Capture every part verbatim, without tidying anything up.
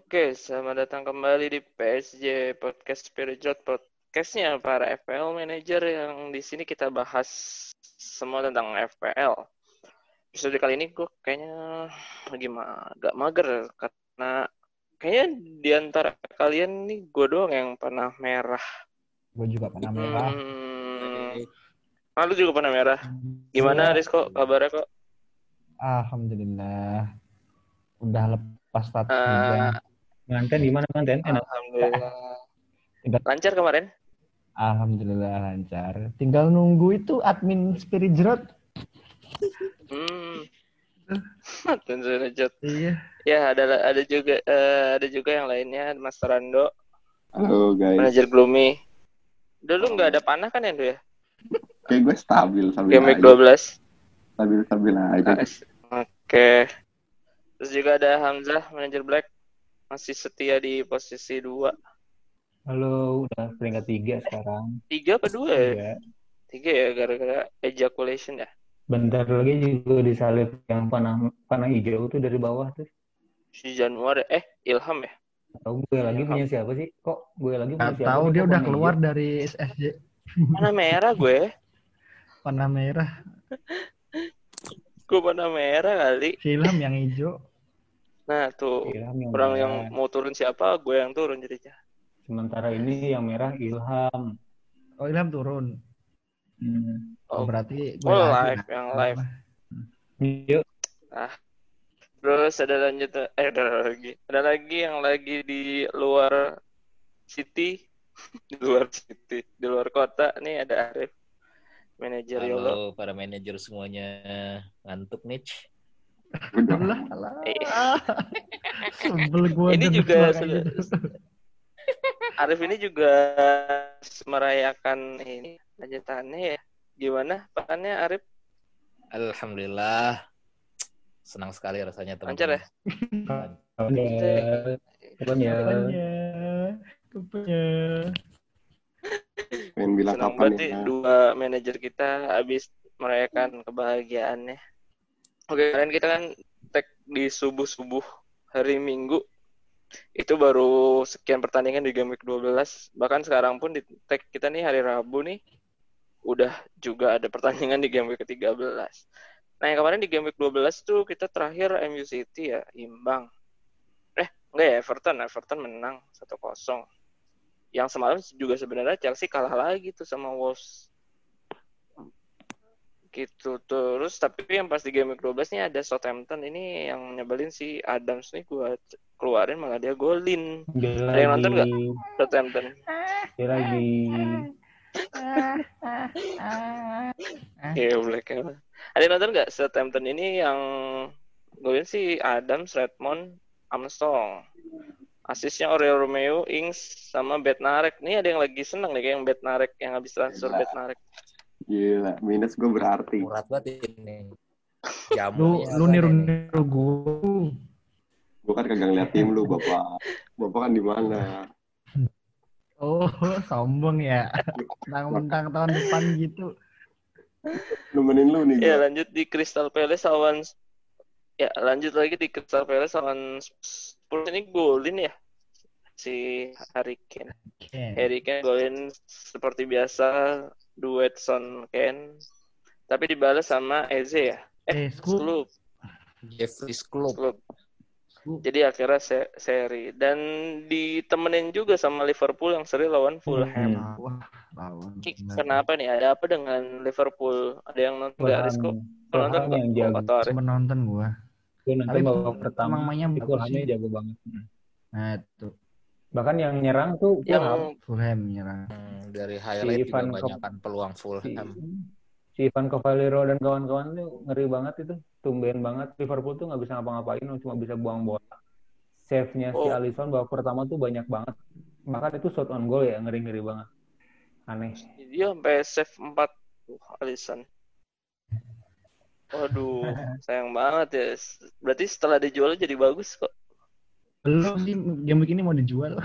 Oke, selamat datang kembali di P S J Podcast Spirit Jot, podcastnya para F P L manager yang di sini kita bahas semua tentang F P L. Episode kali ini gue kayaknya lagi ma- agak mager karena kayaknya di antara kalian nih gue doang yang panah merah. Gue juga panah merah. Hmm, ah, lu juga panah merah. Gimana, Iya. Rizko? Kabarnya kok? Alhamdulillah. Udah lepas status Uh, juga. Manten gimana manten? Enak. Alhamdulillah. Tinggal, Lancar kemarin? Alhamdulillah lancar. Tinggal nunggu itu admin Spirit Jot. Hmm. Tentu saja. Iya. Ya, ada ada juga uh, ada juga yang lainnya, Mas Rando. Halo guys. Manajer Gloomy. Dulu nggak ada panah kan ya, Ndo ya? Kayak gue stabil stabil Game Week aja. dua belas. Stabil stabil aja. Oke. Okay. Terus juga ada Hamzah, manajer Black. Masih setia di posisi dua. Halo, udah peringkat tiga sekarang. Tiga apa dua ya? Tiga. Tiga ya, gara-gara ejaculation ya. Bentar lagi juga disalib yang panah panah hijau tuh dari bawah tuh. Si Januari, eh Ilham ya? Tahu gue lagi Ilham. punya siapa sih? Kok gue lagi punya Gak siapa? tahu sih? dia Kok udah panah keluar hijau? dari S S J. Panah merah gue. Panah merah. Gue panah merah kali. Si Ilham yang hijau. Nah tuh, Ilham yang orang merah. yang mau turun siapa, gue yang turun jadinya. Sementara ini yang merah Ilham. Oh, Ilham turun. Hmm. Oh, berarti gue Oh, lagi live, lah. yang live. Yuk. Ah. Terus ada lanjut, eh ada lagi. Ada lagi yang lagi di luar city, di luar city, di luar kota. Nih ada Arif, manajer Halo Yolo. para manajer semuanya, ngantuk nih. Udah. Alah, alah. Eh. Sebel gue Ini denger juga suara sudah- gitu. Arif ini juga merayakan ini lanjutannya ya. Gimana pekannya Arif? Alhamdulillah, senang sekali rasanya Lancar ya? teman-teman. Kapan ya? Kapannya? Kapannya? Pengen bilang Senang kapan banget nih ya? dua manajer kita habis merayakan kebahagiaannya. Oke, kalian kita kan tag di subuh-subuh hari Minggu. Itu baru sekian pertandingan di Game Week dua belas. Bahkan sekarang pun di tag kita nih hari Rabu nih udah juga ada pertandingan di Game Week ke tiga belas. Nah, yang kemarin di Game Week dua belas tuh kita terakhir M U City ya, imbang. Eh, enggak ya, Everton. Everton menang satu kosong. Yang semalam juga sebenarnya Chelsea kalah lagi tuh sama Wolves. Gitu terus, tapi yang pas di Game Week dua belas nih ada Southampton. Ini yang nyebelin si Adams nih, gue keluarin malah dia golin. Dia Ada yang nonton nggak lagi, Southampton? dia lagi Iya, Black ya. Ada yang nonton nggak Southampton ini yang golin si Adams, Redmond, Armstrong. Asisnya Aurel Romeo, Ings, sama Bednarek. Nih ada yang lagi seneng nih kayak yang Bednarek, yang habis transfer Bednarek. Gila, minus gue berarti. Murat banget ini. Lu, Jamunya lu apa nih? niru-niru gue. Gue kan kagak ngeliat tim lu, Bapak. Bapak kan di mana? Oh, sombong ya. Mentang-mentang tahun depan gitu. Nemenin lu nih gue. Ya lanjut di Crystal Palace lawan ya lanjut lagi di Crystal Palace lawan Spurs. Ini golin ya si Harry Kane. Oke. Harry Kane golin seperti biasa, duet Son Kane, tapi dibalas sama Eze ya. Eh, Scoop. Klub. Jeffrey Klopp. Klub. Jadi akhirnya se- seri dan ditemenin juga sama Liverpool yang seri lawan Fulham. Wah, lawan. Ki, kenapa nih? Ada apa dengan Liverpool? Ada yang nonton nggak, Rizko? Kalau nonton Fulham yang nggak? jago. Atau Arif? Cuma nonton gue. Gue nonton Tapi babak emang pertama. mainnya bagus Fulhamnya sih. jago banget. Nah, itu Bahkan yang nyerang tuh Yang Fulham. Fulham nyerang. Hmm, dari highlight juga Ivan banyakkan peluang Si, Fulham. si Ivan Cavaleiro dan kawan-kawan tuh ngeri banget itu. Tumben banget. Liverpool tuh nggak bisa ngapa-ngapain, cuma bisa buang bola. Save-nya si Oh. Alisson babak pertama tuh banyak banget. Bahkan itu shot on goal ya, ngeri-ngeri banget. Aneh. dia sampai save empat. Uh, Alisson. Waduh, sayang banget ya. Berarti setelah dijual jadi bagus kok. Belum sih, game week ini mau dijual.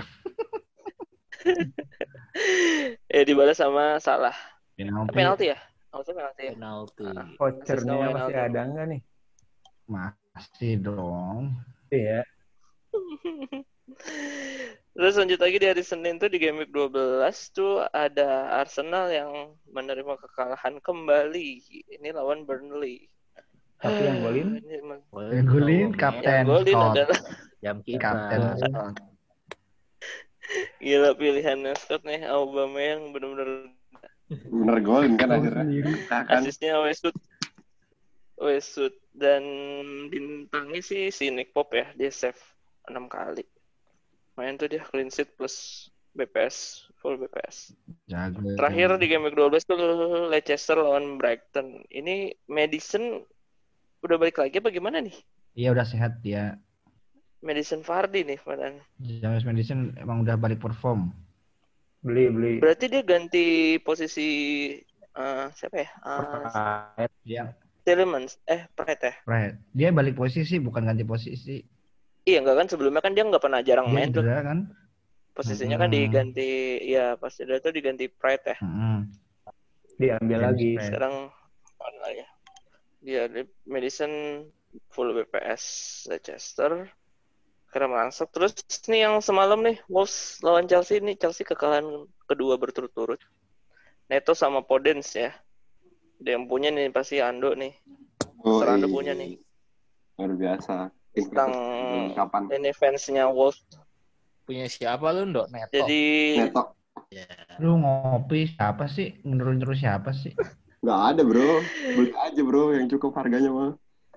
Eh dibalas sama Salah. Penalti. Penalti ya? Harusnya penalti ya. Penalti. Ah. Vouchernya Asisnya masih Wijnaldum. ada nggak nih? Masih dong. Iya. Terus lanjut lagi di hari Senin tuh di game week dua belas tuh ada Arsenal yang menerima kekalahan kembali. Ini lawan Burnley. Tapi yang golin Ini emang- Yang golin Aubameyang, kapten yang golin Scott. adalah jam kita. Kapten Oh. gila pilihannya Scott nih. Aubameyang bener-bener Bener golin kan Gol akhirnya. sendiri. Nah, kan asisnya Westwood. Westwood dan bintangnya sih si Nick Pope ya. Dia save enam kali. Main tuh dia clean sheet plus B P S, full B P S. Jago. Terakhir di game week dua belas tuh Leicester lawan Brighton. Ini Madison udah balik lagi apa gimana nih? Iya udah sehat dia. Madison Vardy nih padahal. James Madison emang udah balik perform. beli beli. Berarti dia ganti posisi eh, siapa ya? Uh, Dia Tielemans. Eh, Pratt ya? right. Dia balik posisi bukan ganti posisi. Iya, enggak kan sebelumnya kan dia nggak pernah jarang Dia main tuh. cedera kan? Posisinya kan Hmm. diganti, ya pas cedera tuh diganti Pratt ya. Hmm. Diambil James lagi. Pratt. Sekarang mana ya? Dia di Madison full B P S Leicester. Kira masuk. Terus nih yang semalam nih Wolves lawan Chelsea nih Chelsea kekalahan kedua berturut-turut. Neto sama Podence ya. Dia yang punya nih pasti Ando nih. oh, Serando iya. punya nih. Luar biasa. Tentang Kapan? ini fansnya Wolves. Punya siapa lu, Ndok? Neto. Jadi Neto. Ya. Lu ngopi siapa sih? Menurun-terus siapa sih? Nggak ada bro. Beli aja bro yang cukup harganya mah.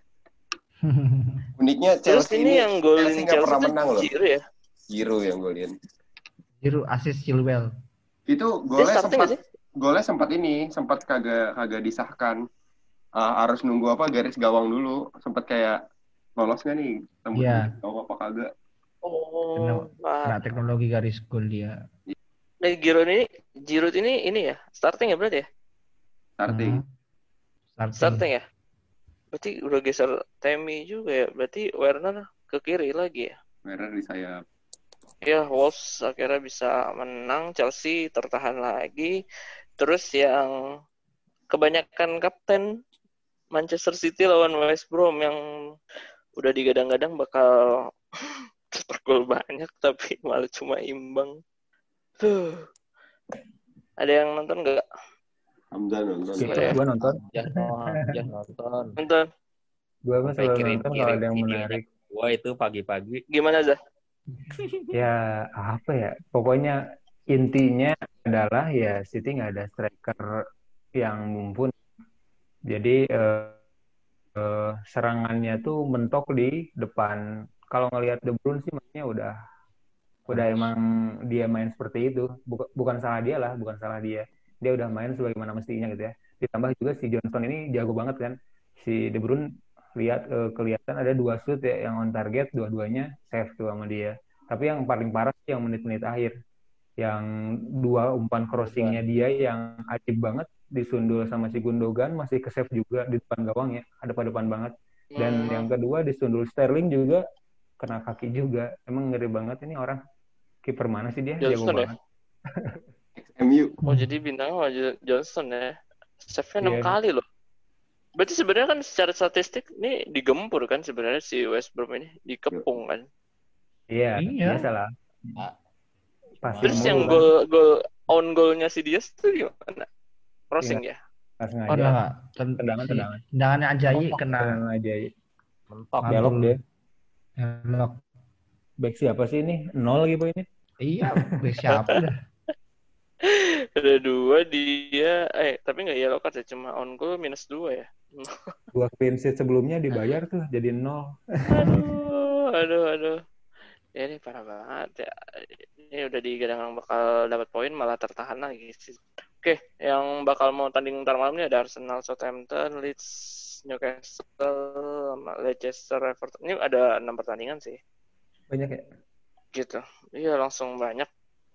Uniknya terus Chelsea ini ini yang golin Chelsea nggak Chelsea pernah tuh menang loh. Giroud ya. Giroud yang golin. Jiru asis Chilwell. Itu Dia golnya starting nggak sempat sih? golnya sempat ini sempat kagak kagak disahkan. Ah, harus nunggu apa garis gawang dulu. Sempat kayak lolos nggak nih? Tembus Iya. gawang apa kagak? Oh, wah. Kena teknologi garis gol dia. Nah, Giroud ini Giroud ini ini ya starting ya berarti ya? Starting. Hmm. Starting. Starting ya? Berarti udah geser Temi juga ya. Berarti Werner ke kiri lagi ya. Werner di sayap. Ya, Wolves akhirnya bisa menang, Chelsea tertahan lagi. Terus yang kebanyakan kapten Manchester City lawan West Brom yang udah digadang-gadang bakal cetak gol banyak tapi malah cuma imbang. Huh. Ada yang nonton nggak? Hamzah nonton. Gitu, Iya. gua nonton. Jangan, jangan nonton. Nonton. Gua mah Sampai selalu kirim- nonton kirim kalau ada yang videonya. menarik. Gua itu pagi-pagi. Gimana Zah? Ya apa ya? Pokoknya intinya adalah ya City nggak ada striker yang mumpuni. Jadi eh, eh, serangannya tuh mentok di depan. Kalau ngelihat De Bruyne sih makanya udah udah emang dia main seperti itu. Bukan bukan salah dia lah, bukan salah dia. Dia udah main sebagaimana mestinya gitu ya. Ditambah juga si Johnstone ini jago banget kan. Si De Bruyne lihat eh, kelihatan ada dua shoot ya yang on target, dua-duanya save tuh sama dia. Tapi yang paling parah sih yang menit-menit akhir. Yang dua umpan crossingnya dia yang ajib banget disundul sama si Gundogan masih ke save juga di depan gawang ya. Ada pada depan banget. Dan Hmm. yang kedua disundul Sterling juga kena kaki juga. Emang ngeri banget ini orang. Kiper mana sih dia? Jago Johnson ya? banget. M U. Oh, jadi bintangnya sama Jo- Johnson ya. Save-nya enam Iya. kali loh. Berarti sebenarnya kan secara statistik ini digempur kan sebenarnya si West Brom ini dikepung kan. Iya, Iya. biasa lah. Nah, Pasti Terus mulu yang kan. gol gol on goalnya si Diaz tuh gimana? Crossing ya? Nggak Oh sengaja. enggak. Ten- Tendangan, si- tendangan. Tendangannya Ajayi kena Tendangan aja. mentok. Mantul. Belok dia. belok. Back siapa sih ini? Nol lagi poinnya. Iya, back siapa dah? Ada dua dia, eh tapi nggak yellow card ya, cuma on goal minus dua ya. Dua clean sheet sebelumnya dibayar tuh jadi nol. Aduh, aduh, aduh. Ya ini parah banget ya. Ini udah digadang bakal dapat poin malah tertahan lagi sih. Oke, yang bakal mau tanding ntar malam ini ada Arsenal, Southampton, Leeds, Newcastle, sama Leicester, Everton. Ini ada enam pertandingan sih. Banyak ya? Gitu. Iya langsung banyak.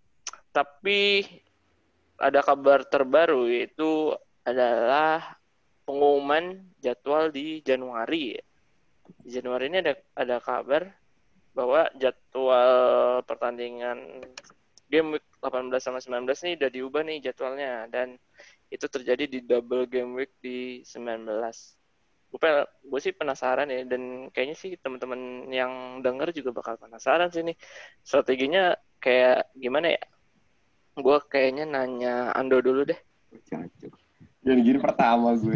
Tapi ada kabar terbaru yaitu adalah pengumuman jadwal di Januari. Di Januari ini ada ada kabar bahwa jadwal pertandingan game week delapan belas sama sembilan belas ini udah diubah nih jadwalnya dan itu terjadi di double game week di sembilan belas. gue gue sih penasaran ya, dan kayaknya sih teman-teman yang denger juga bakal penasaran sih nih strateginya kayak gimana ya. Gue kayaknya nanya Ando dulu deh. Cocok. Jadi gini pertama gue.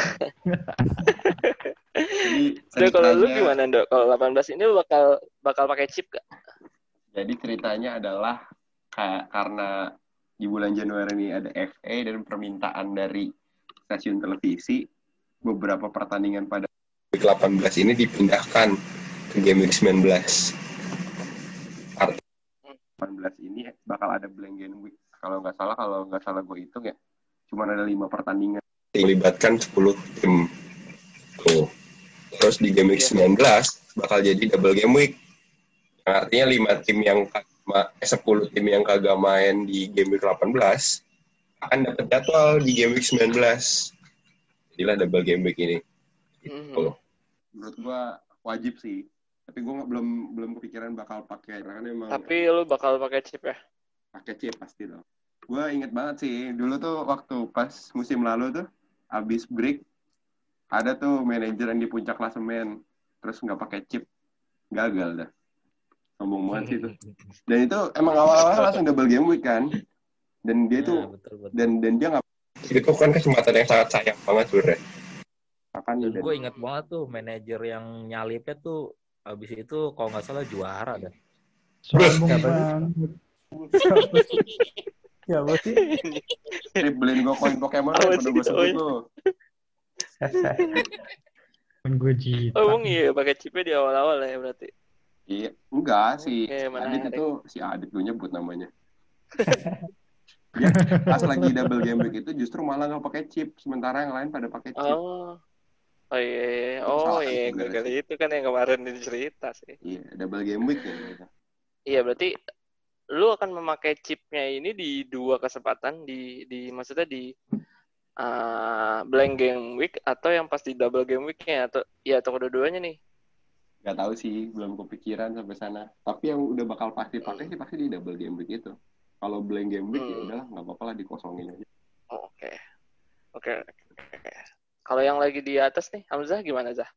Jadi Udah, kalau lu ceritanya, gimana, Ndo? Kalau delapan belas ini lu bakal bakal pakai chip gak? jadi ceritanya adalah kayak karena di bulan Januari ini ada F A dan permintaan dari stasiun televisi, beberapa pertandingan pada Week delapan belas ini dipindahkan ke Game Week sembilan belas. Artinya delapan belas ini bakal ada blank game week. Kalau nggak salah, kalau nggak salah gue hitung ya, cuma ada lima pertandingan yang melibatkan sepuluh tim. Tuh. Terus di Game Week sembilan belas bakal jadi double game week. Yang artinya lima tim yang kagak, eh, sepuluh tim yang kagak main di Game Week delapan belas akan dapat jadwal di Game Week sembilan belas. Jadilah double game week ini. Gitu. Menurut gua wajib sih. Tapi gua nggak- belum belum kepikiran bakal pakai, karena emang Tapi lu bakal pakai chip ya? pakai chip pasti dong. Gua inget banget sih dulu tuh waktu pas musim lalu tuh abis break ada tuh manajer yang di puncak klasemen terus nggak pakai chip, gagal dah. Sombong banget sih itu. Dan itu emang awal-awal langsung double game week kan. Dan dia tuh Nah, betul, betul. dan dan dia nggak, itu kan kesempatan yang sangat sayang banget sebenarnya. Kapan Dan dan gue ingat banget tuh manajer yang nyalipnya tuh abis itu kalau nggak salah juara dah. Sombong Siapa sih? banget. Siapa sih? Siapa sih? Trip beliin gue koin Pokemon Apa pada sih gue kita, sebut Oy? tuh. Kan gue jitak. Oh, emang iya pakai chipnya di awal-awal ya berarti. Iya, enggak si Oke, si Adit menarik. itu si Adit gue nyebut namanya. Dia pas lagi double game week itu justru malah nggak pakai chip, sementara yang lain pada pakai chip. Oh, oh iya, iya. Itu Oh kesalahan iya, sebenarnya gagal sih. itu kan yang kemarin dicerita sih. Iya, double game week ya. Iya, berarti lu akan memakai chipnya ini di dua kesempatan, di di maksudnya di uh, blank game week atau yang pas di double game weeknya, atau ya atau kedua-duanya nih. Gak tahu sih, belum kepikiran sampai sana. Tapi yang udah bakal pasti pakai sih pasti di double game week itu. Kalau blank game week ya Hmm. udahlah, nggak apa-apa lah dikosongin aja. Oh, oke. Oke, oke. Kalau yang lagi di atas nih, Hamzah gimana, Zah?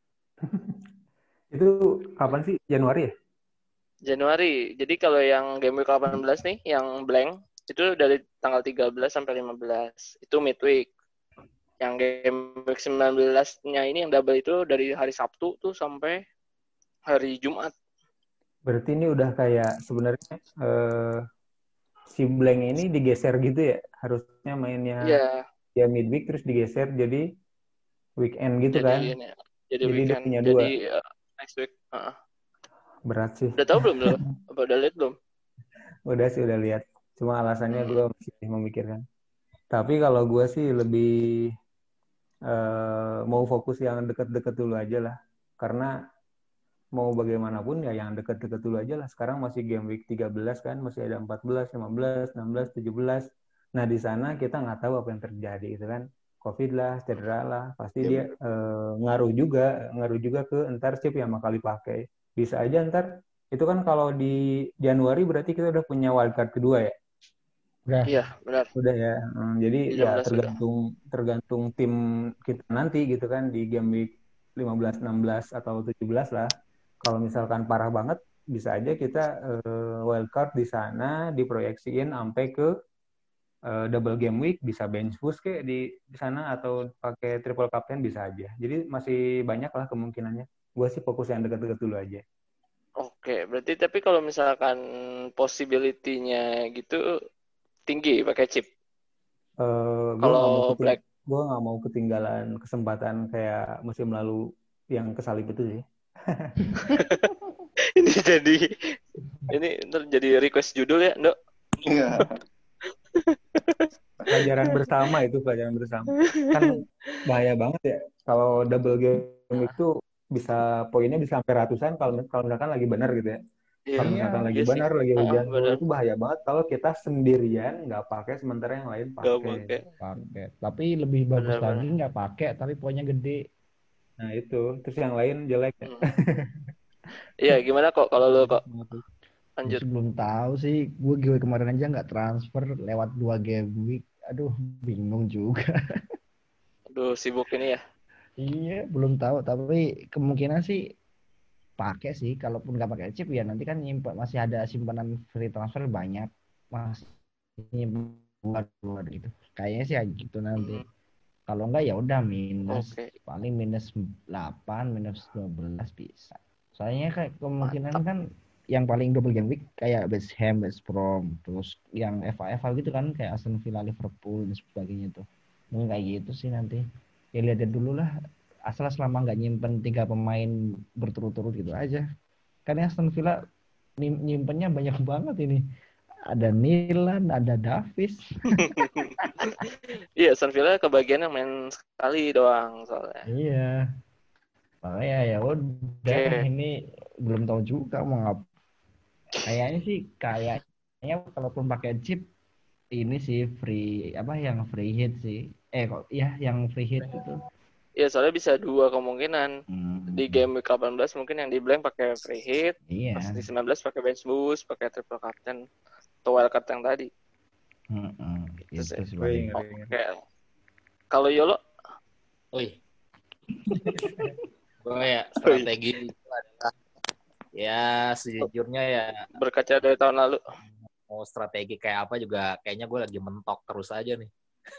Itu kapan sih? Januari ya? Januari. Jadi kalau yang game week delapan belas nih, yang blank, itu dari tanggal tiga belas sampai lima belas. Itu midweek. Yang game week sembilan belas-nya ini yang double itu dari hari Sabtu tuh sampai hari Jumat. Berarti ini udah kayak sebenarnya eh, si blank ini digeser gitu ya? Harusnya mainnya Iya, ya midweek terus digeser jadi weekend gitu jadi kan? ini, jadi Jadi dia weekend. punya Jadi dua. uh, next week. Uh, Berat sih. udah tahu belum lu? Apa udah lihat belum? Udah sih udah lihat. Cuma alasannya Hmm. gue masih memikirkan. Tapi kalau gue sih lebih eh, mau fokus yang deket-deket dulu aja lah. Karena mau bagaimanapun ya yang deket-deket dulu aja lah. Sekarang masih game week tiga belas kan, masih ada empat belas, lima belas, enam belas, tujuh belas. Nah di sana kita nggak tahu apa yang terjadi itu kan. Covid lah, cedera lah, pasti Iya, dia eh, ngaruh juga, ngaruh juga ke entar chip yang bakal dipakai. Bisa aja ntar itu kan kalau di Januari berarti kita udah punya wildcard kedua ya. Udah. Iya, benar. Udah ya. Hmm, jadi Di ya enam belas udah. tergantung tergantung tim kita nanti gitu kan di game week lima belas, enam belas atau tujuh belas lah. Kalau misalkan parah banget bisa aja kita eh, wildcard di sana diproyeksiin sampai ke eh, double game week, bisa bench boost kayak di, di sana atau pakai triple captain bisa aja. Jadi masih banyak lah kemungkinannya. Gue sih fokus yang dekat-dekat dulu aja. Oke, berarti tapi kalau misalkan possibility-nya gitu tinggi pakai chip. Eh, gue Kalau nggak mau keting black. gue nggak mau ketinggalan kesempatan kayak musim lalu yang kesalip itu sih. Ini jadi ini ntar jadi request judul ya, Ndok. Iya. Pelajaran bersama itu pelajaran bersama. Kan bahaya banget ya kalau double game week itu bisa poinnya bisa sampai ratusan kalau kalau misalkan lagi benar gitu ya. Iya, Kalau Iya, misalkan lagi iya sih. benar lagi Ah, hujan benar. turun itu bahaya banget kalau kita sendirian nggak pakai sementara yang lain Gak pakai. pakai. pakai. Tapi lebih bagus Benar-benar. lagi nggak pakai, tapi poinnya gede. Nah itu terus yang lain jelek ya. Hmm. Iya, gimana kok kalau lu kok Gue lanjut? sih belum tahu sih. Gue gue kemarin aja nggak transfer lewat dua game week. Aduh, bingung juga. Aduh, sibuk ini ya. Iya, belum tahu. Tapi kemungkinan sih pakai sih. Kalaupun nggak pakai chip ya nanti kan nyimpen, masih ada simpanan free transfer banyak. Masih nyimpen buat buat gitu. Kayaknya sih gitu nanti. Hmm, Kalau enggak ya udah minus, oke, paling minus delapan, minus dua belas bisa. Soalnya kayak kemungkinan mantap. kan yang paling double game week kayak West Ham, West Brom, terus yang F A F A gitu kan kayak Aston Villa, Liverpool dan sebagainya tuh. Mungkin kayak gitu sih nanti. Ya lihat dulu lah. Asal selama nggak nyimpen tiga pemain berturut-turut gitu aja. Kan Aston Villa nyim- nyimpennya banyak banget ini. Ada Milan, ada Davis. Iya, Aston Villa kebagian yang main sekali doang soalnya. Iya. Makanya ya udah Oke, ini belum tahu juga mau ngap. Kayaknya sih kayaknya kalaupun pakai chip ini sih free apa yang free hit sih. Eh kok ya yang free hit itu. iya soalnya bisa dua kemungkinan. Hmm, Di game week delapan belas mungkin yang di blank pakai free hit, pas iya. di sembilan belas pakai bench boost, pakai triple captain atau wildcard yang tadi. Hmm, hmm, Itu itu sih. sih Ngeri, paling. ngeri, ngeri. Oke. Kalau Yolo, Wih, gue ya wih, strategi itu adalah ya sejujurnya ya berkaca dari tahun lalu. mau strategi kayak apa juga kayaknya gue lagi mentok terus aja nih.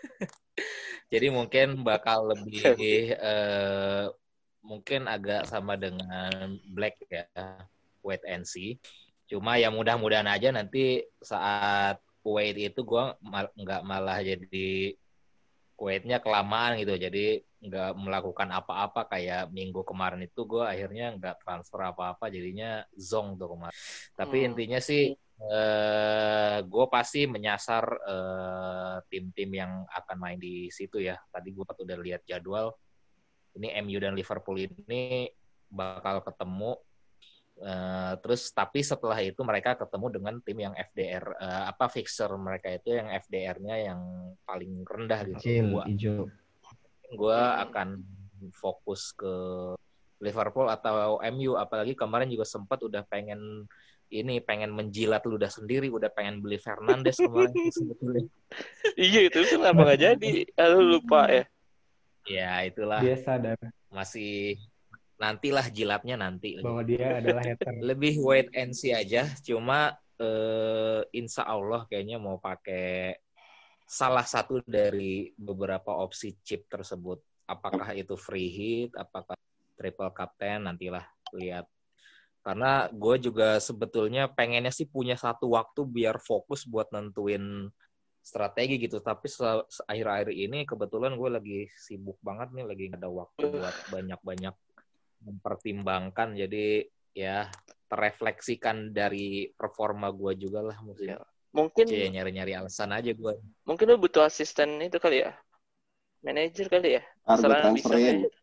Jadi mungkin bakal lebih eh, mungkin agak sama dengan Black ya, wait and see. Cuma ya mudah-mudahan aja nanti saat wait itu gue mal- nggak malah jadi waitnya kelamaan gitu. Jadi nggak melakukan apa-apa kayak minggu kemarin itu gue akhirnya nggak transfer apa-apa jadinya zong tuh kemarin. Tapi Hmm. intinya sih eh, gue pasti menyasar eh, tim-tim yang akan main di situ ya. Tadi gue udah lihat jadwal. Ini M U dan Liverpool ini bakal ketemu. Uh, terus tapi setelah itu mereka ketemu dengan tim yang F D R uh, apa fixer mereka itu yang F D R-nya yang paling rendah gitu. Kecil, Gua hijau. gua akan fokus ke Liverpool atau M U apalagi kemarin juga sempat udah pengen ini pengen menjilat ludah sendiri, udah pengen beli Fernandes kemarin sebetulnya. Iya itu kenapa nggak jadi? Aduh lupa ya. Ya itulah Dia sadar masih nantilah jilatnya nanti. bahwa dia adalah hater. Lebih wait and see aja. Cuma eh, insya Allah kayaknya mau pakai salah satu dari beberapa opsi chip tersebut. Apakah itu free hit, apakah triple captain, nantilah lihat. Karena gue juga sebetulnya pengennya sih punya satu waktu biar fokus buat nentuin strategi gitu. Tapi se- se- akhir-akhir ini kebetulan gue lagi sibuk banget nih, lagi gak ada waktu buat banyak-banyak mempertimbangkan. Jadi ya terefleksikan dari performa gue juga lah mungkin. Ya. Mungkin Cie, nyari-nyari alasan aja gue. mungkin lu butuh asisten itu kali ya. Manajer kali ya. Harus gue Masalah bisa transferin. manajer.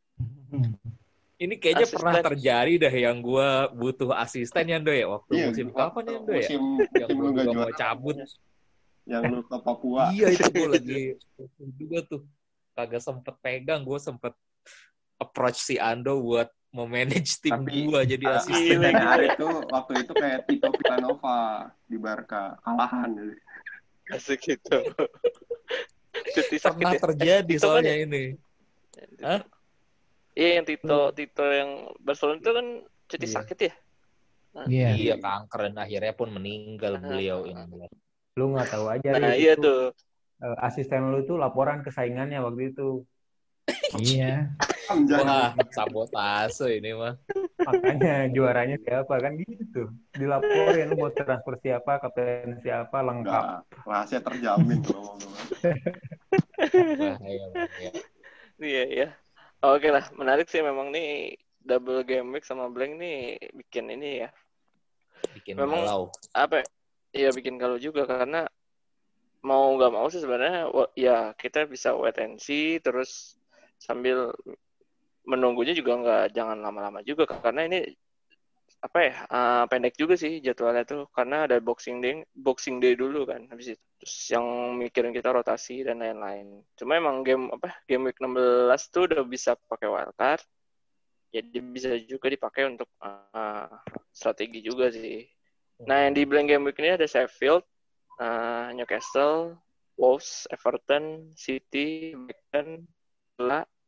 Ini kayaknya Asisten. pernah terjadi dah yang gue butuh asisten ya Ndo ya waktu Iya, musim waktu kapan ya Ndo ya? musim Yang musim gue lu gak juga mau juara cabut. yang lu ke Papua. Iya itu gue lagi juga tuh kagak sempet pegang, gue sempet approach si Ando buat memanage tim Tapi gue jadi uh, asisten. asistennya Arif tuh waktu itu kayak Tito Villanova di Barca, kalahan. Asik gitu. Cuti sakit Pernah ya. terjadi Eh, Tito kan soalnya ya? ini. Hah? Iya yang Tito Tito yang Barcelona itu kan cuti Iya. sakit ya. Nah, Iya. Iya kanker dan akhirnya pun meninggal beliau ini. Lu nggak tahu aja, nah Ri, iya itu tuh. eh, asisten lu itu laporan ke saingannya waktu itu. Iya. Wah sabotase ini mah. Makanya juaranya siapa kan gitu. Dilaporin lu mau transfer siapa, kapten siapa, lengkap. Enggak, rahasia terjamin tuh ngomong-ngomong. Bahaya, bahaya. Iya iya. Oke lah, menarik sih memang nih double game week sama blank nih bikin ini ya. Bikin Memang galau. apa? Iya bikin galau juga karena mau nggak mau sih sebenarnya ya kita bisa wait and see terus sambil menunggunya juga nggak jangan lama-lama juga karena ini apa ya uh, pendek juga sih jadwalnya tuh karena ada boxing day boxing day dulu kan habis itu terus yang mikirin kita rotasi dan lain-lain cuma emang game apa game week enam belas tuh udah bisa pakai wildcard jadi bisa juga dipakai untuk uh, strategi juga sih nah yang di blank game week ini ada Sheffield uh, Newcastle Wolves Everton City Brighton Villa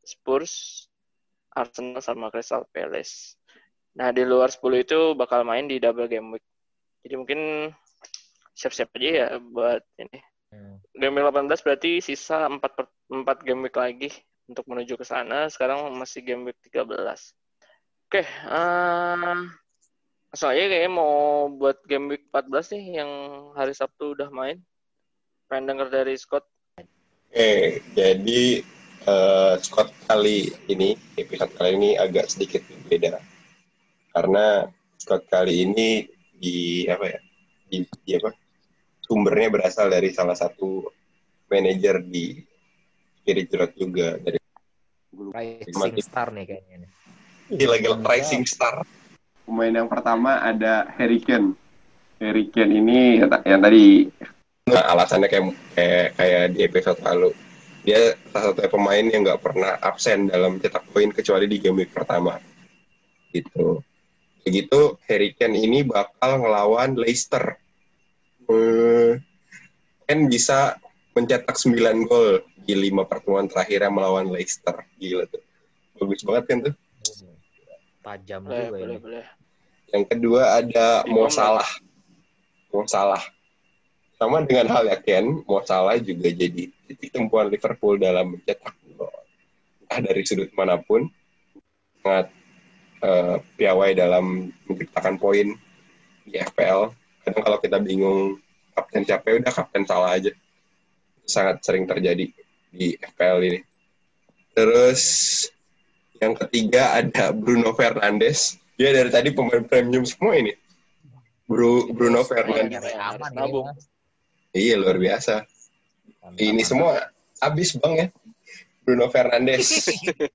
Spurs, Arsenal sama Crystal Palace. Nah, di luar sepuluh itu bakal main di double game week. Jadi mungkin siap-siap aja ya buat ini. Hmm. Game week delapan belas berarti sisa empat, empat game week lagi untuk menuju ke sana. Sekarang masih game week tiga belas. Oke, uh, soalnya kayaknya mau buat game week empat belas nih yang hari Sabtu udah main. Pengen denger dari Scott. Oke, jadi uh, Scott kali ini, episode kali ini agak sedikit berbeda. Karena Scott kali ini di apa ya? Di, di apa? Sumbernya berasal dari salah satu manajer di Spirit Road juga dari Rising Star nih kayaknya nih. Illegal Rising Star. Pemain yang pertama ada Harry Kane. Harry Kane ini yang tadi nah, alasannya kayak, kayak kayak di episode lalu. Dia salah satu pemain yang nggak pernah absen dalam cetak poin kecuali di game week pertama. Gitu. Begitu Harry Kane ini bakal ngelawan Leicester. Hmm, Kane bisa mencetak sembilan gol di lima pertemuan terakhirnya melawan Leicester. Gila tuh. Bagus banget kan tuh. Tajam boleh, juga boleh, ini. Boleh. Yang kedua ada Mo Salah. Mo Salah. Sama dengan hal ya Ken, Mo Salah juga jadi titik tumpuan Liverpool dalam mencetak gol. Entah dari sudut manapun, sangat uh, piawai dalam menciptakan poin di F P L. Kadang kalau kita bingung kapten siapa, udah kapten Salah aja. Sangat sering terjadi di F P L ini. Terus yang ketiga ada Bruno Fernandes. Dia dari tadi pemain premium semua ini. Bru, Bruno Fernandes. Iya, luar biasa. Mantap, ini mantap. Semua habis bang ya. Bruno Fernandes.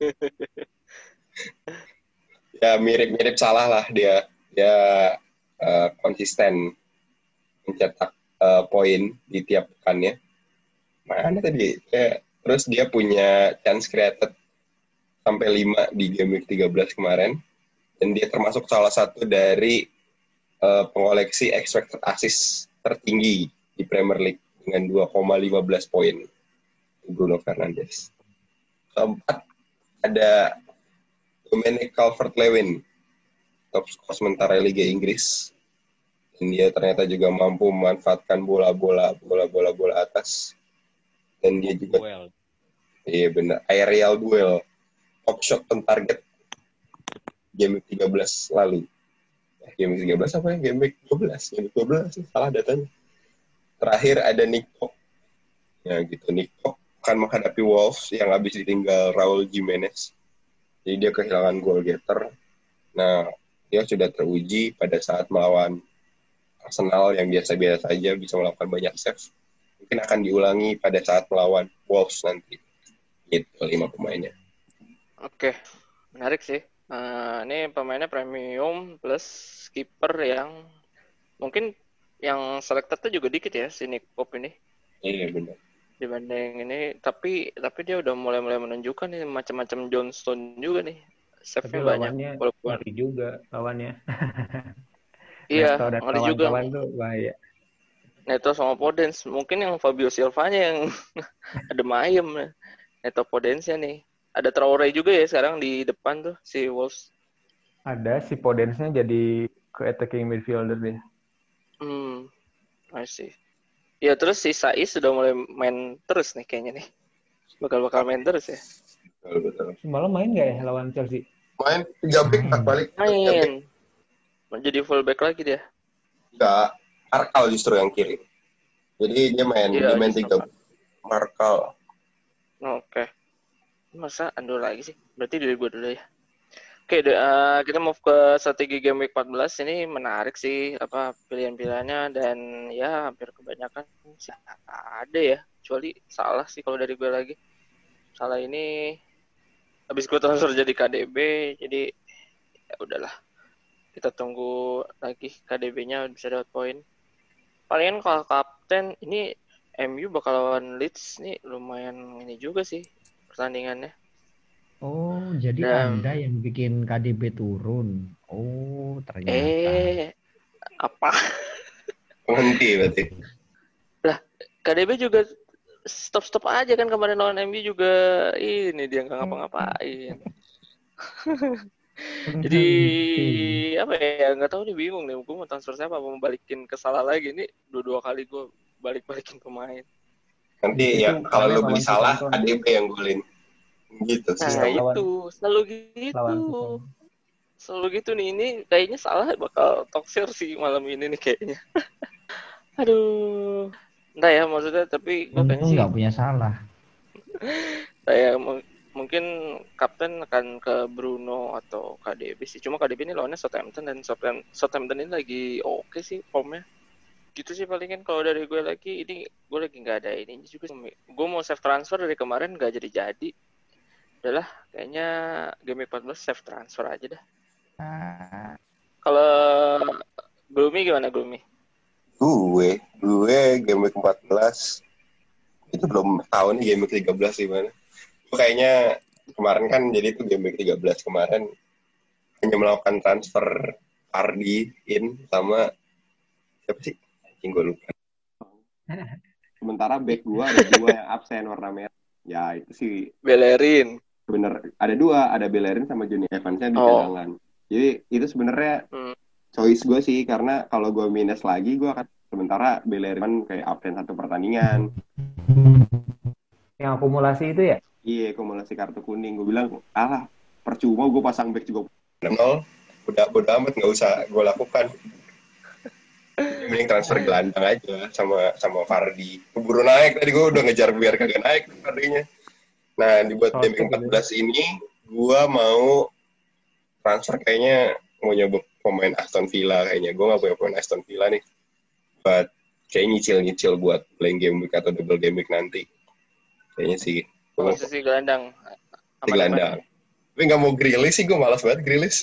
Ya mirip-mirip Salah lah dia. Dia uh, konsisten mencetak uh, poin di tiap pekannya. Mana tadi? Ya, terus dia punya chance created sampai lima di game week tiga belas kemarin. Dan dia termasuk salah satu dari uh, pengoleksi expected assist tertinggi di Premier League dengan dua koma lima belas poin. Bruno Fernandes. Keempat ada Dominic Calvert-Lewin, top skor sementara Liga Inggris. Dan dia ternyata juga mampu memanfaatkan bola-bola bola-bola bola atas. Dan dia juga well. Iya benar, aerial duel. Top shot on target game tiga belas lalu. Eh, game tiga belas apa ya? Game dua belas. Game dua belas, salah datanya. Terakhir ada Nick Pope. Ya gitu, Nick Pope akan menghadapi Wolves yang habis ditinggal Raul Jimenez. Jadi dia kehilangan goal getter. Nah, dia sudah teruji pada saat melawan Arsenal yang biasa-biasa saja bisa melakukan banyak save. Mungkin akan diulangi pada saat melawan Wolves nanti. Gitu, lima pemainnya. Oke, menarik sih. Uh, ini pemainnya premium plus keeper yang mungkin yang selected tuh juga dikit ya si Nick Pope ini. Iya benar. Dibanding ini, tapi tapi dia udah mulai-mulai menunjukkan nih macam-macam John Stone juga nih. Save-nya banyak. Walaupun ngeri juga lawannya. Iya, Neto dan ngeri juga. Kawan-kawan tuh bahaya. Neto sama Podence. Mungkin yang Fabio Silva-nya yang ada mayem. Neto Podence-nya nih. Ada Traore juga ya sekarang di depan tuh si Wolves. Ada si Podence-nya jadi ke attacking midfielder deh. Hmm, I see. Ya terus si Saiz sudah mulai main terus nih kayaknya nih. Bakal-bakal main terus ya. Betul-betul. Semalam main nggak ya lawan Chelsea? Main, tiga back balik. Main. Menjadi fullback lagi dia. Enggak, Markal justru yang kiri. Jadi dia main, ya, dia main tiga back. Markal. Oke. Okay. Masa Ando lagi sih? Berarti dari gue dulu ya. Oke, okay, uh, kita move ke strategi game week empat belas. Ini menarik sih apa pilihan-pilihannya dan ya hampir kebanyakan sih ada ya. Kecuali Salah sih kalau dari gue lagi. Salah ini habis gue transfer jadi K D B, jadi ya udahlah. Kita tunggu lagi K D B-nya bisa dapat poin. Palingan kalau kapten ini M U bakal lawan Leeds nih lumayan ini juga sih pertandingannya. Oh, jadi Dan, Anda yang bikin K D B turun. Oh, ternyata. Eh, apa? Penghenti berarti. Lah, K D B juga stop-stop aja kan kemarin lawan M U juga ini dia nggak ngapa-ngapain. Jadi apa ya, nggak tahu nih, bingung nih gue mau transfer siapa, mau balikin ke Salah lagi nih, dua-dua kali gue balik-balikin pemain. Nanti Itu ya kalau lu beli lawan Salah, Southampton. A D B yang golin. Gitu Nah sistemnya. itu selalu gitu, Lawan Southampton. selalu gitu nih. Ini kayaknya Salah bakal toksir sih malam ini nih kayaknya. Aduh, entah ya maksudnya, tapi gue kayaknya Untung sih nggak punya Salah. saya m- mungkin kapten akan ke Bruno atau K D B sih. Cuma K D B ini lawannya Southampton, dan Southampton, Southampton ini lagi oke sih formnya. Gitu sih palingan kalau dari gue lagi. Ini gue lagi nggak ada ini juga. Gue mau save transfer dari kemarin nggak jadi-jadi. Udahlah, kayaknya game empat belas save transfer aja dah. Kalau Gloomy gimana Gloomy? Gue, gue game week empat belas itu belum tahu nih game week tiga belas gimana. Gue kayaknya kemarin kan jadi itu game week tiga belas kemarin hanya melakukan transfer Ardi in sama siapa sih? Anjing gue lupa. Sementara back gue ada dua yang absen warna merah. Ya itu sih Bellerin. bener, ada dua, ada Bellerin sama Johnny Evans-nya di Oh. cadangan. Jadi itu sebenarnya Hmm. choice gue sih, karena kalau gue minus lagi gue akan, sementara Bellerin kayak absen satu pertandingan. Yang akumulasi itu ya? Iya, akumulasi kartu kuning. Gue bilang, alah, percuma gue pasang back juga. nol, udah bodo amat, nggak usah gue lakukan. Mending transfer gelandang aja sama sama Vardy. Keburu naik, tadi gue udah ngejar biar kagak naik Vardy-nya. Nah, dibuat Oh, game itu empat belas ini, gue mau transfer kayaknya mau nyoba pemain Aston Villa kayaknya. Gue nggak punya pemain Aston Villa nih. But kayak nyicil-nyicil buat playing game week atau double game week nanti. Kayaknya sih. Gue mau Posisi gelandang. di gelandang. Tapi nggak mau Grealish sih, gue malas banget Grealish.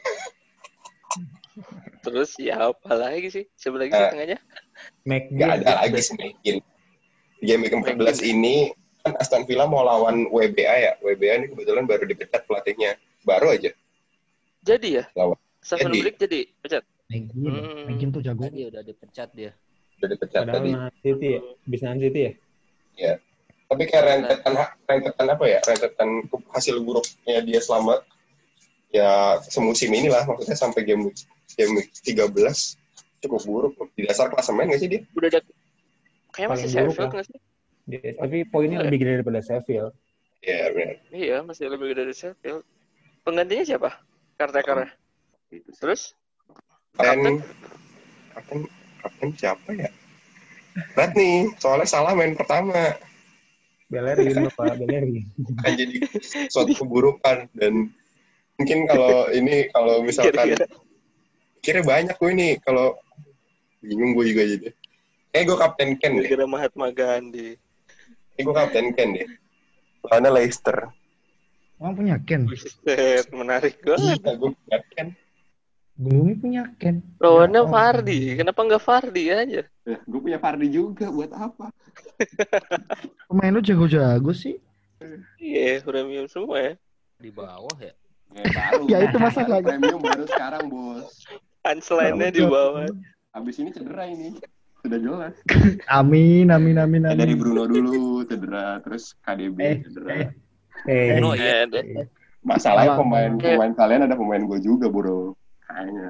Terus ya apa lagi sih? Siapa lagi sih Nah, tengahnya? McGinn. nggak ada lagi sih mungkin. Di game week empat belas ini, kan Aston Villa mau lawan W B A ya. W B A ini kebetulan baru dipecat pelatihnya. Baru aja. Jadi ya? Lawan. Stephen Jadi. Blick jadi pecat. McGinn, Hmm. McGinn tuh jago. Dia udah dipecat dia. Udah dipecat Padahal tadi. Man City ya? Bisa Man City ya? Ya. Tapi kayak rentetan, rentetan apa ya? Rentetan hasil buruknya dia selama ya semusim inilah. Maksudnya sampai game week, game week tiga belas cukup buruk. Di dasar klasemen nggak sih dia? Udah ada kayak Paling masih buruk Sheffield lah. nggak sih? Dia- Tapi poinnya lebih gede daripada Sheffield. Iya benar. Iya, masih lebih dari Sheffield. Penggantinya siapa? Caretaker. Gitu sih. Terus? Kapten, kapten, kapten siapa ya? Berat nih, soalnya salah main pertama. Bellerin, Pak. Bellerin. Kan jadi suatu keburukan. Dan mungkin kalau ini, kalau misalkan Kira-kira. kira banyak gue nih, kalau bingung gue juga jadi. Kayak gue kapten Ken deh. Kira-kira Mahatma Gandhi. Kayak gue kapten Ken deh. Lawannya Leicester. Emang punya Ken? Buset, menarik banget. Iya, gue punya Ken. Gloomy punya Ken. Lawannya Ya, oh. Vardy. Kenapa nggak Vardy aja? Ya, gue punya Vardy juga, buat apa? Pemain lu jago-jago sih. Iya, premium semua ya. Di bawah ya. Ya, baru. Ya, itu masalahnya. Baru premium baru sekarang, bos. Punchline-nya di bawah. Habis ini cedera ini. Sudah jelas. Amin, amin, amin, Ya, amin. dari Bruno dulu cedera, terus K D B Eh, cedera. eh. Eh, Bruno ya. Eh, Masalahnya Salah. pemain pemain kalian ada pemain gue juga, bro. Kayaknya.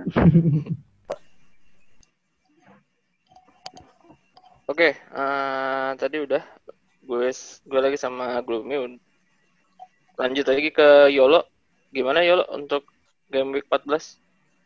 Oke, eh, tadi udah gue gue lagi sama Gloomy. Lanjut lagi ke Yolo. Gimana Yolo untuk game week empat belas?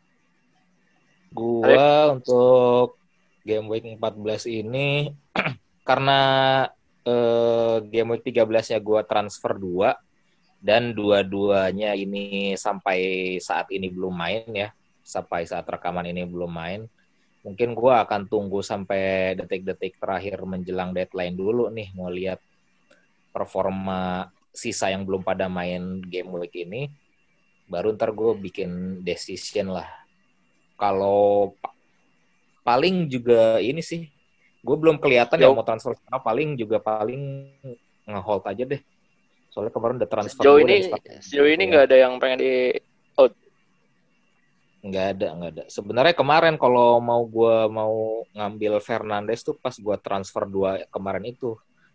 Gua untuk game week empat belas ini karena eh, game week tiga belas-nya gua transfer dua dan dua-duanya ini sampai saat ini belum main ya. Sampai saat rekaman ini belum main. Mungkin gua akan tunggu sampai detik-detik terakhir menjelang deadline dulu nih mau lihat performa sisa yang belum pada main game week ini. Baru ntar gue bikin decision lah. Kalau pa- paling juga ini sih, gue belum kelihatan ya Jauh. mau transfer sekarang, paling juga paling nge-hold aja deh. Soalnya kemarin udah transfer Sejauh dua ini dan start- sejauh ini nggak ada yang pengen di out. nggak ada nggak ada. Sebenarnya kemarin kalau mau gue mau ngambil Fernandes tuh pas gue transfer dua kemarin itu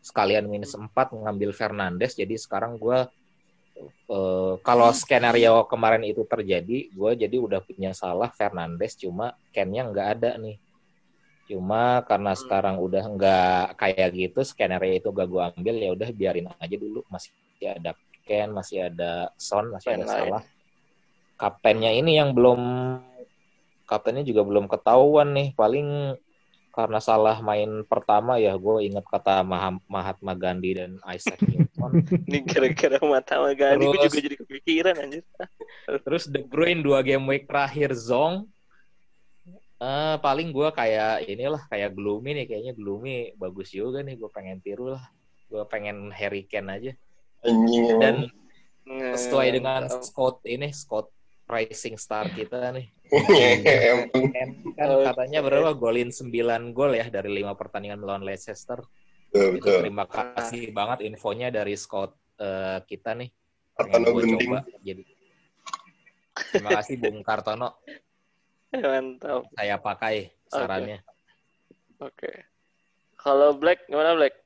sekalian minus empat ngambil Fernandes. Jadi sekarang gue Uh, kalau skenario kemarin itu terjadi, gue jadi udah punya Salah, Fernandes, cuma Ken-nya nggak ada nih. Cuma karena sekarang udah nggak kayak gitu, skenario itu gak gue ambil, ya udah biarin aja dulu. Masih ada Ken, masih ada Son, masih ada Salah. Kaptennya ini yang belum, kaptennya juga belum ketahuan nih. Paling karena Salah main pertama ya, gue inget kata Mahatma Gandhi dan Isaac Newton. Ini gara-gara Mahatma Gandhi gue juga jadi kepikiran anjir. Terus De Bruyne dua game week terakhir zong. Uh, paling gue kayak inilah, kayak gloomy nih, kayaknya gloomy bagus juga nih, gue pengen tiru lah. Gue pengen Harry Kane aja. Dan sesuai dengan Scott ini, Scott Rising Star kita nih. Kan katanya berapa golin sembilan gol ya dari lima pertandingan melawan Leicester. Betul, itu terima kasih banget infonya dari Scott uh, kita nih. Pengen gue coba jadi. Terima kasih Bung Kartono. Mantap. Saya pakai sarannya. Oke. Okay. Kalau Black gimana Black?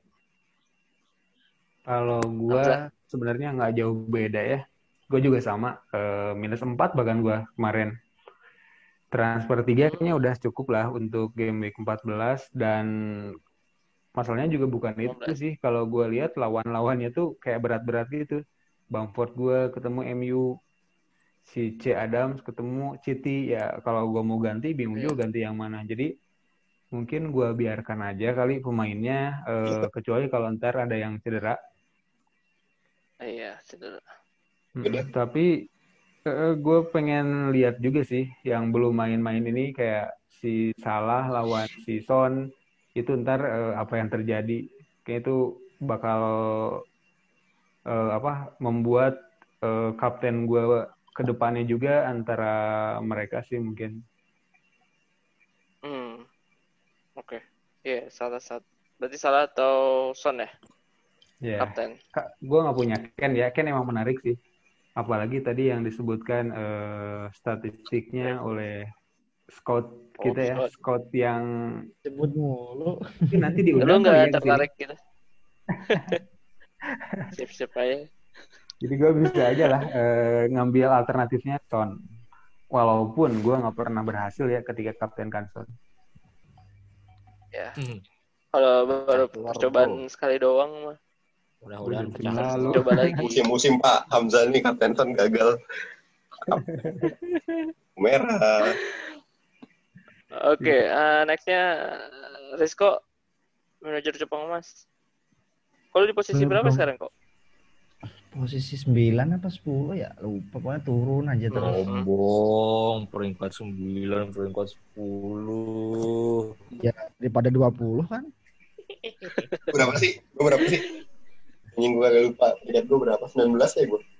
Kalau gue sebenarnya nggak jauh beda ya. Gue juga sama, uh, minus empat bahkan gue kemarin. Transfer tiga kayaknya udah cukup lah untuk game week empat belas, dan masalahnya juga bukan itu sih. Kalau gue lihat lawan-lawannya tuh kayak berat-berat gitu. Bamford gue ketemu M U, si C. Adams ketemu City, ya kalau gue mau ganti bingung juga ganti yang mana. Jadi mungkin gue biarkan aja kali pemainnya, uh, kecuali kalau ntar ada yang cedera. Iya, cedera. Hmm, tapi uh, gue pengen lihat juga sih yang belum main-main ini, kayak si Salah lawan si Son, itu ntar uh, apa yang terjadi. Kayak itu bakal uh, apa membuat uh, kapten gue ke depannya juga antara mereka sih mungkin. Hmm. Oke. Okay. Iya, yeah, salah satu. Berarti Salah atau Son ya? Iya. Yeah. Kapten. Gue nggak punya Ken ya. Ken emang menarik sih. Apalagi tadi yang disebutkan uh, statistiknya oleh scout kita oh, ya, scout. scout yang sebut mulu. Nanti diundang. Lu nggak tertarik gitu? Siap-siap aja. Jadi gue bisa aja lah uh, ngambil alternatifnya Son. Walaupun gue nggak pernah berhasil ya ketika kapten kan Son. Ya. Hmm. Kalau baru percobaan sekali doang mah. Mudah-mudahan pecah. Coba lagi. Musim-musim Pak Hamzah nih kapten Son gagal. Merah. Oke, okay, uh, nextnya Rizko, manajer Jepang Mas. Kalau di posisi berapa belum. sekarang kok? Posisi sembilan apa sepuluh ya? Lupa, pokoknya turun aja terus. Sombong, peringkat sembilan, peringkat sepuluh. Ya, daripada dua puluh kan? Berapa sih? Gue berapa sih? Yang gue agak lupa. Peringkat gue berapa? sembilan belas ya gue?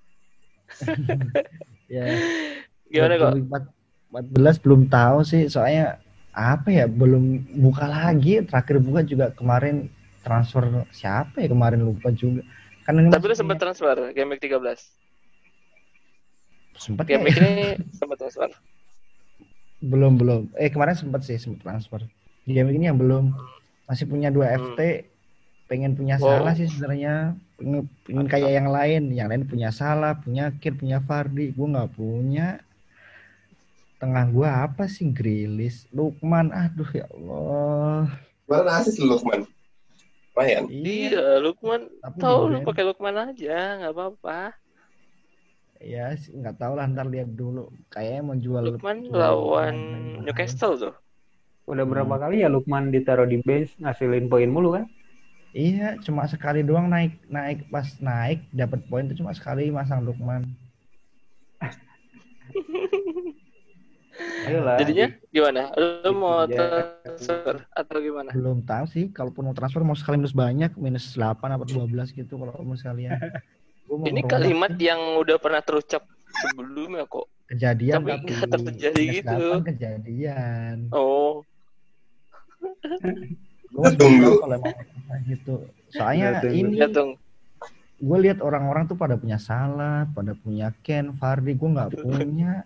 Ya. Gimana kok? empat belas belum tahu sih, soalnya apa ya, belum buka lagi. Terakhir buka juga kemarin transfer siapa ya kemarin, lupa juga. Kan ini tapi lu sempat transfer game week tiga belas. Sempat game week ini sempat transfer. Belum belum. Eh kemarin sempat sih sempat transfer. Di game week ini yang belum. Masih punya dua F T. Hmm. Pengen punya wow. Salah sih sebenarnya. Pengen, pengen kayak yang lain. Yang lain punya Salah, punya Kane, punya Vardy. Gue nggak punya. Tengah gue apa sih? Grealish, Lukman. Aduh ya Allah. Mana asis Lukman? Lumayan. Iya, Lukman. Tahu lu pakai Lukman aja, nggak apa-apa. Ya, nggak tahu lah, ntar lihat dulu. Kayaknya mau jual Lukman lawan Newcastle tuh. Udah berapa hmm. kali ya Lukman ditaruh di bench ngasilin poin mulu kan? Iya, cuma sekali doang naik naik pas naik dapat poin itu cuma sekali masang Lukman. Ayolah. Jadinya gimana? Lu mau transfer atau gimana? Belum tahu sih. Kalaupun mau transfer mau sekali minus banyak, minus delapan atau dua belas gitu kalau mau sekalian. Ini kalimat sih yang udah pernah terucap sebelumnya kok. Kejadian tapi nggak terjadi gitu. Kejadian. Oh. Gue tunggu kalau emang gitu. Soalnya ini gue lihat orang-orang tuh pada punya Salah, pada punya Ken, Vardy, gue nggak punya.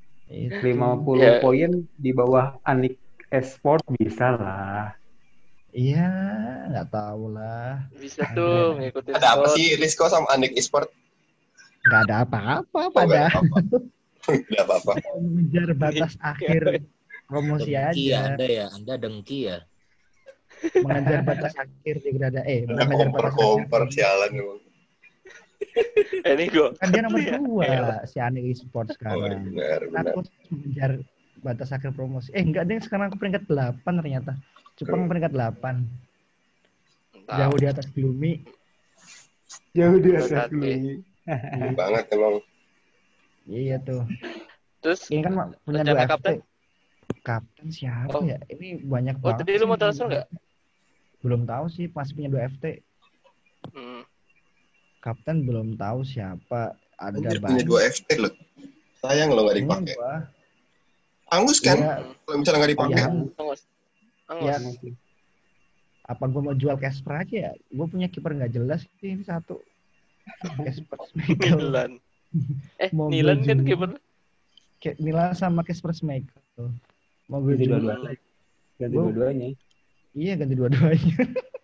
Itu. lima puluh yeah. poin di bawah Anik Esport bisa lah. Iya, nggak tahu lah. Bisa tuh ngikutin Ada apa slot. sih Risco sama Anik Esport? Nggak ada apa-apa Oh, nggak ada pada apa-apa. Nggak apa-apa. mengejar batas akhir promosi Dengki ya aja. Anda ya, Anda dengki ya. Mengejar batas akhir degradasi. Eh, Anda mengejar batas akhir. komper-komper sialan emang. Eh, ini gue. Kan dia nomor Ya, dua elah. si Anik Esports Oh, sekarang. benar, benar. Aku mengejar batas akhir promosi. Eh, enggak deh, sekarang aku peringkat delapan ternyata. Jepang peringkat delapan. Entah. Jauh di atas Gloomy. Jauh di Berat atas hati. Gloomy. Ini banget emang. Iya tuh. Terus Ini kan punya rencana dua F T. kapten? Kapten siapa Oh. ya? Ini banyak Oh, banget. tadi lu sih mau yang transfer punya nggak? dua F T. Belum tahu sih, masih punya dua F T. Hmm. Kapten belum tahu siapa. Ada Anjir punya banyak. dua F T loh. Sayang lo nggak Punya dipakai. gua. Angus kan? Iya, Kalau misalnya nggak dipakai. iya. Angus. Angus. Ya, apa gua mau jual Casper aja ya? Gua punya kiper nggak jelas sih ini satu. Casper Schmeichel. Nilan. Eh, Mau Nilan gua kan jual. kiper. Kayak Milan sama Casper Schmeichel. Mau gue Ganti jual. dua-duanya. Ganti Gua- dua-duanya. Iya, ganti dua-duanya.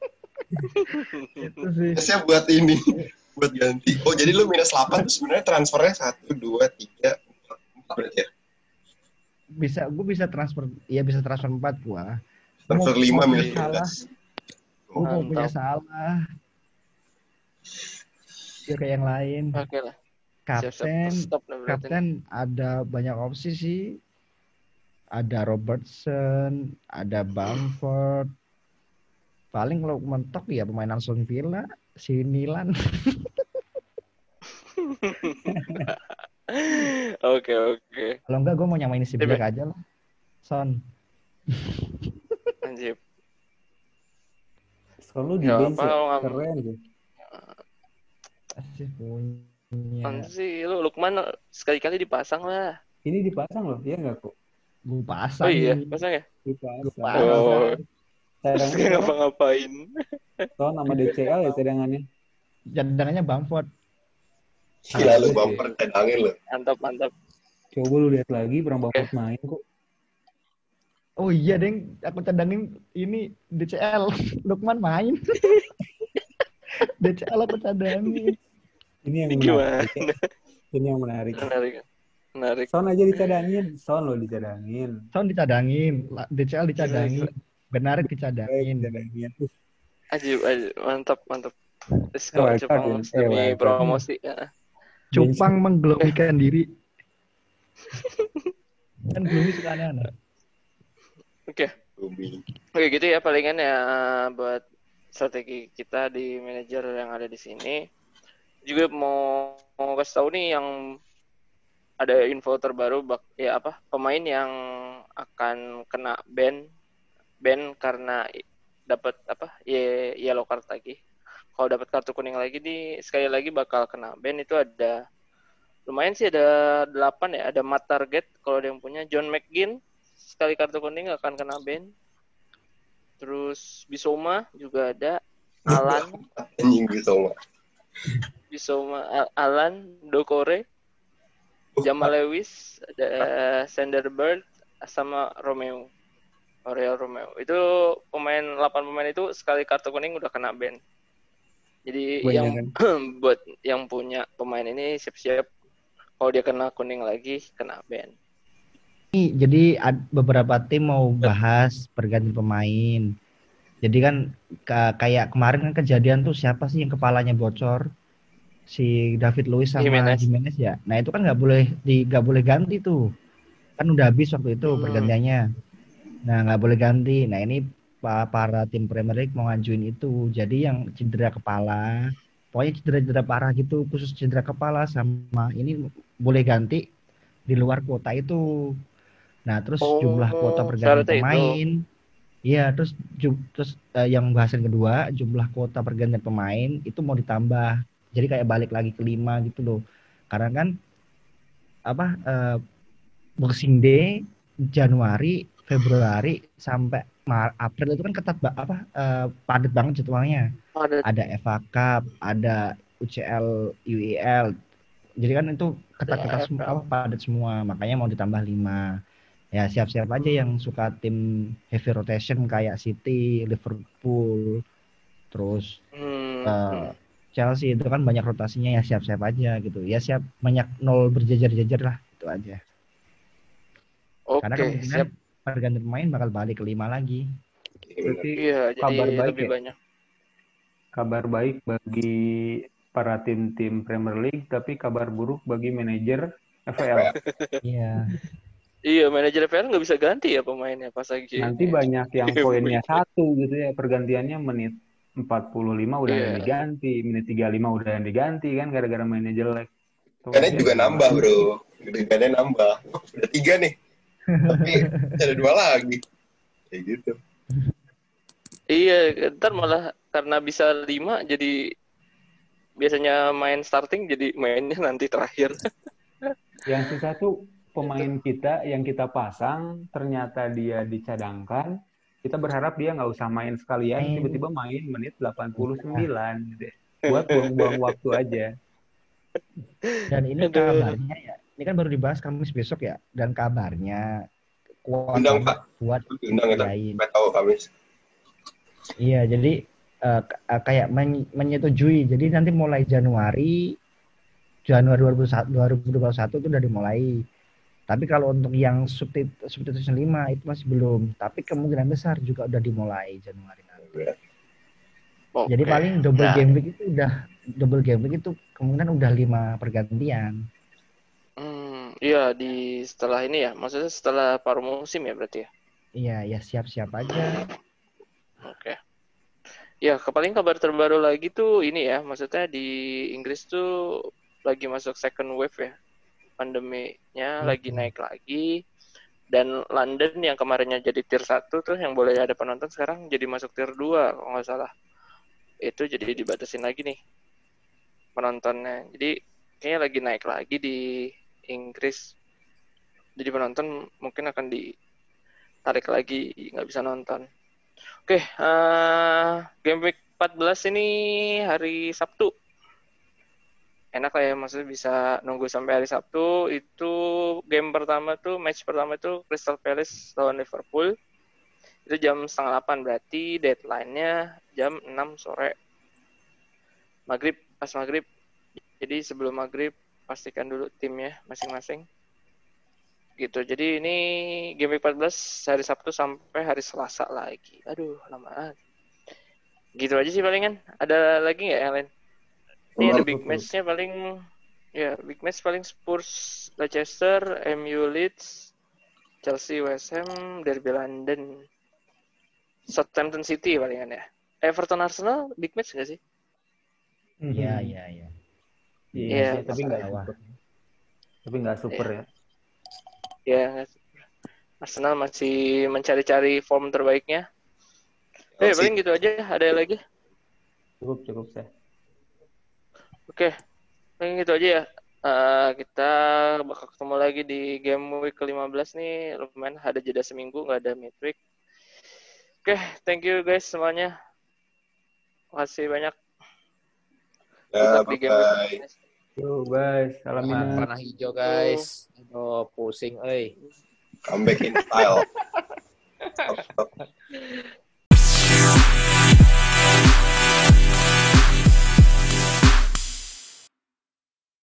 Itu sih. Biasanya buat ini, buat ganti. Oh jadi lu minus delapan tuh sebenarnya transfernya satu, dua, tiga, empat, empat berarti ya? Bisa, gue bisa transfer. Iya, bisa transfer empat gua. Transfer Mau- lima mau minus punya dua belas. Gue mau punya Mantap. salah. Dia kayak yang lain. Oke lah. Kapten, Siap-siap. Stop nih berarti. kapten ada banyak opsi sih. Ada Robertson, ada Bamford. Paling kalau mentok ya pemain Aston Villa, si Nilan. Oke, oke. Kalau enggak gue mau nyamain si Tapi- Black aja lah. Son. Anjir. Selalu di Nggak bench apa, ya. lo nggak- Keren sih. Masih punya. Kan sih lu Lukman sekali-kali dipasang lah. Ini dipasang loh, iya nggak kok? Gue pasang. Oh iya, pasang ya? Dipasang. pasang. Oh. Cadangan Terus ngapa-ngapain? Son sama D C L ya cadangannya. Cadangannya Bamford. Gila lu bumper cadangin lu. Mantap, mantap. Coba lu lihat lagi pernah Bamford main kok. Oh iya, Deng. Aku cadangin ini D C L. Lukman main. D C L aku cadangin. Ini yang Gimana? menarik. Ini yang menarik. Menarik. Menarik. Son aja dicadangin, Son lo dicadangin. Son dicadangin. D C L dicadangin. Benar dicadangin. Dicadangin. Ajib, ajib. Mantap, mantap. Let's go, Wildcard Jepang ya? Mas. Eh, Demi wildcard. promosi. Ya. Cupang menggelomikan diri. Kan Gloomy suka aneh-aneh. Oke. Bumi. Oke, gitu ya palingan ya buat strategi kita di manajer yang ada di sini. Juga mau, mau kasih tahu nih yang ada info terbaru bak ya apa pemain yang akan kena ban ban karena i- dapat apa ye- yellow card lagi. Kalau dapat kartu kuning lagi nih sekali lagi bakal kena ban itu ada lumayan sih ada delapan ya, ada Matt Target kalau ada yang punya, John McGinn sekali kartu kuning akan kena ban. Terus Bissouma juga ada, Alan Anjing gue sama. Bissouma, Al- Alan Dokore, Jamal Lewis, ada Sanderbird sama Romeo. Aurel Romeo. Itu pemain delapan pemain itu sekali kartu kuning udah kena ban. Jadi Banyak yang kan? buat yang punya pemain ini siap-siap kalau dia kena kuning lagi kena ban. Nih, jadi ad- beberapa tim mau bahas pergantian pemain. Jadi kan ka- kayak kemarin kan kejadian tuh siapa sih yang kepalanya bocor? Si David Luiz sama Jimenez. Jimenez ya. Nah itu kan nggak boleh di nggak boleh ganti tuh. Kan udah habis waktu itu Hmm. pergantiannya. Nah nggak boleh ganti. Nah ini pa- para tim Premier League mau ngajuin itu. Jadi yang cedera kepala, pokoknya cedera-cedera parah gitu, khusus cedera kepala sama ini boleh ganti di luar kuota itu. Nah, terus Oh, jumlah kuota pergantian syaratnya itu. pemain. Iya, terus ju- terus eh, yang bahasan kedua, jumlah kuota pergantian pemain itu mau ditambah. Jadi kayak balik lagi ke lima gitu loh. Karena kan apa eh, Boxing Day Januari, Februari sampai Mar- April itu kan ketat ba- apa eh, padat banget jadwalnya. Ada Ada F A Cup, ada U C L, U E L. Jadi kan itu ketat-ketat Ada semua, F A. apa, padat semua. Makanya mau ditambah lima. Ya siap-siap aja yang suka tim heavy rotation kayak City, Liverpool, terus Hmm, eh, hmm. Chelsea itu kan banyak rotasinya ya siap-siap aja gitu. Ya siap banyak nol berjejer-jejer lah itu aja. Karena Oke, kemungkinan siap. pergantian pemain bakal balik ke lima lagi. Iya, benar. Berarti Iya, jadi kabar baik lebih ya. banyak. Kabar baik bagi para tim-tim Premier League, tapi kabar buruk bagi manajer F P L. Iya. Iya, manajer F P L nggak bisa ganti ya pemainnya pas lagi Nanti ini. banyak yang Game poinnya week. satu gitu ya, pergantiannya menit empat puluh lima udah ada yang Iya. diganti, menit tiga puluh lima udah yang diganti kan gara-gara mainnya jelek. Tuh Karena kasihan juga juga. nambah bro, Gede nambah. Oh, udah tiga nih, tapi ada dua lagi, kayak gitu. Iya, ntar malah karena bisa lima jadi biasanya main starting jadi mainnya nanti terakhir. Yang susah tuh Itu. pemain kita yang kita pasang ternyata dia dicadangkan. Kita berharap dia nggak usah main sekalian, Main. tiba-tiba main menit delapan puluh Iya. sembilan gitu ya. Buat buang-buang waktu aja. Dan ini Aduh. kabarnya ya, ini kan baru dibahas Kamis besok ya. Dan kabarnya kuat Undang banget Pak, buat undang kita, diain. nggak tahu Kamis. Iya, jadi eh, k- eh, kayak men- menyetujui. Jadi nanti mulai Januari, Januari dua ribu dua puluh satu itu udah dimulai. Tapi kalau untuk yang subtit substitution lima itu masih belum. Tapi kemungkinan besar juga udah dimulai Januari nanti. Oke. Jadi paling double Nah, game week itu udah double game week itu kemungkinan udah lima pergantian. hmm, iya di setelah ini ya, maksudnya setelah paruh musim ya berarti ya. Iya, ya siap-siap aja. Oke. Ya, paling kabar terbaru lagi tuh ini ya, maksudnya di Inggris tuh lagi masuk second wave ya. Pandeminya lagi naik lagi. Dan London yang kemarinnya jadi tier satu tuh yang boleh ada penonton sekarang jadi masuk tier dua kalau nggak salah. Itu jadi dibatasin lagi nih penontonnya. Jadi kayaknya lagi naik lagi di Inggris. Jadi penonton mungkin akan ditarik lagi, nggak bisa nonton. Oke, uh, game week empat belas ini hari Sabtu. Enak lah ya, maksudnya bisa nunggu sampai hari Sabtu. Itu game pertama tuh, match pertama tuh Crystal Palace lawan Liverpool. Itu jam setengah delapan, berarti deadline-nya jam enam sore. Maghrib, pas maghrib. Jadi sebelum maghrib, pastikan dulu timnya masing-masing. Gitu, jadi ini game week empat belas hari Sabtu sampai hari Selasa lagi. Aduh, lama banget. Gitu aja sih palingan. Ada lagi nggak yang lain? Ini ada big match-nya paling, ya big match paling Spurs, Leicester, M U Leeds, Chelsea, West Ham, Derby London, Southampton City palingan ya. Everton Arsenal big match nggak sih? Iya, iya, iya. Iya sih, tapi nggak Bawah. super. Tapi nggak super ya. Ya, nggak super. Arsenal masih mencari-cari form terbaiknya. Eh, paling gitu aja. Ada lagi? Cukup, cukup saya. Oke, paling gitu aja ya. Uh, kita bakal ketemu lagi di game week ke lima belas nih. Lumayan ada jeda seminggu, nggak ada midweek. Oke, thank you guys semuanya. Makasih banyak. Ya, Good luck di game week. Yo guys, salam Selamat minum. panah hijau guys. Oh, pusing euy. comeback in style. Stop, stop.